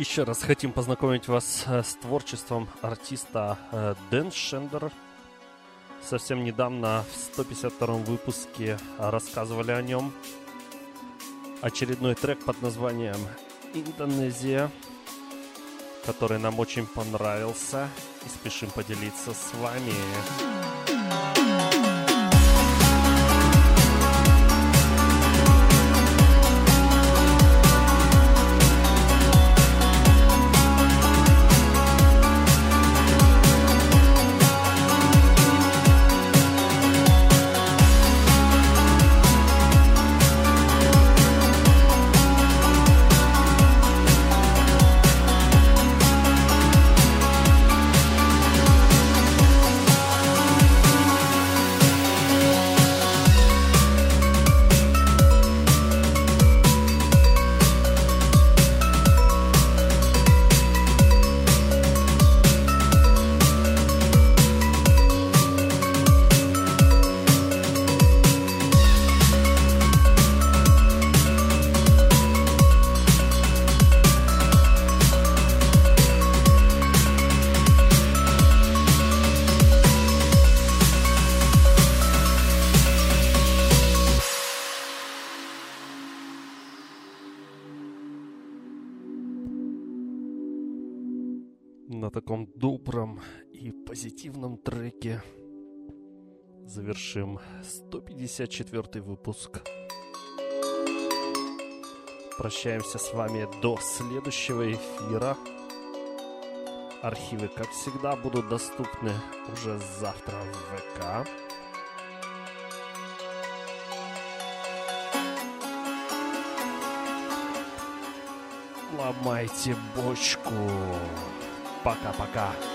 Еще раз хотим познакомить вас с творчеством артиста Дэн Шендер. Совсем недавно в 152-м выпуске рассказывали о нем. Очередной трек под названием «Индонезия», который нам очень понравился и спешим поделиться с вами. На таком добром и позитивном треке завершим 154-й выпуск. Прощаемся с вами до следующего эфира. Архивы, как всегда, будут доступны уже завтра в ВК. Ломайте бочку. Пока-пока.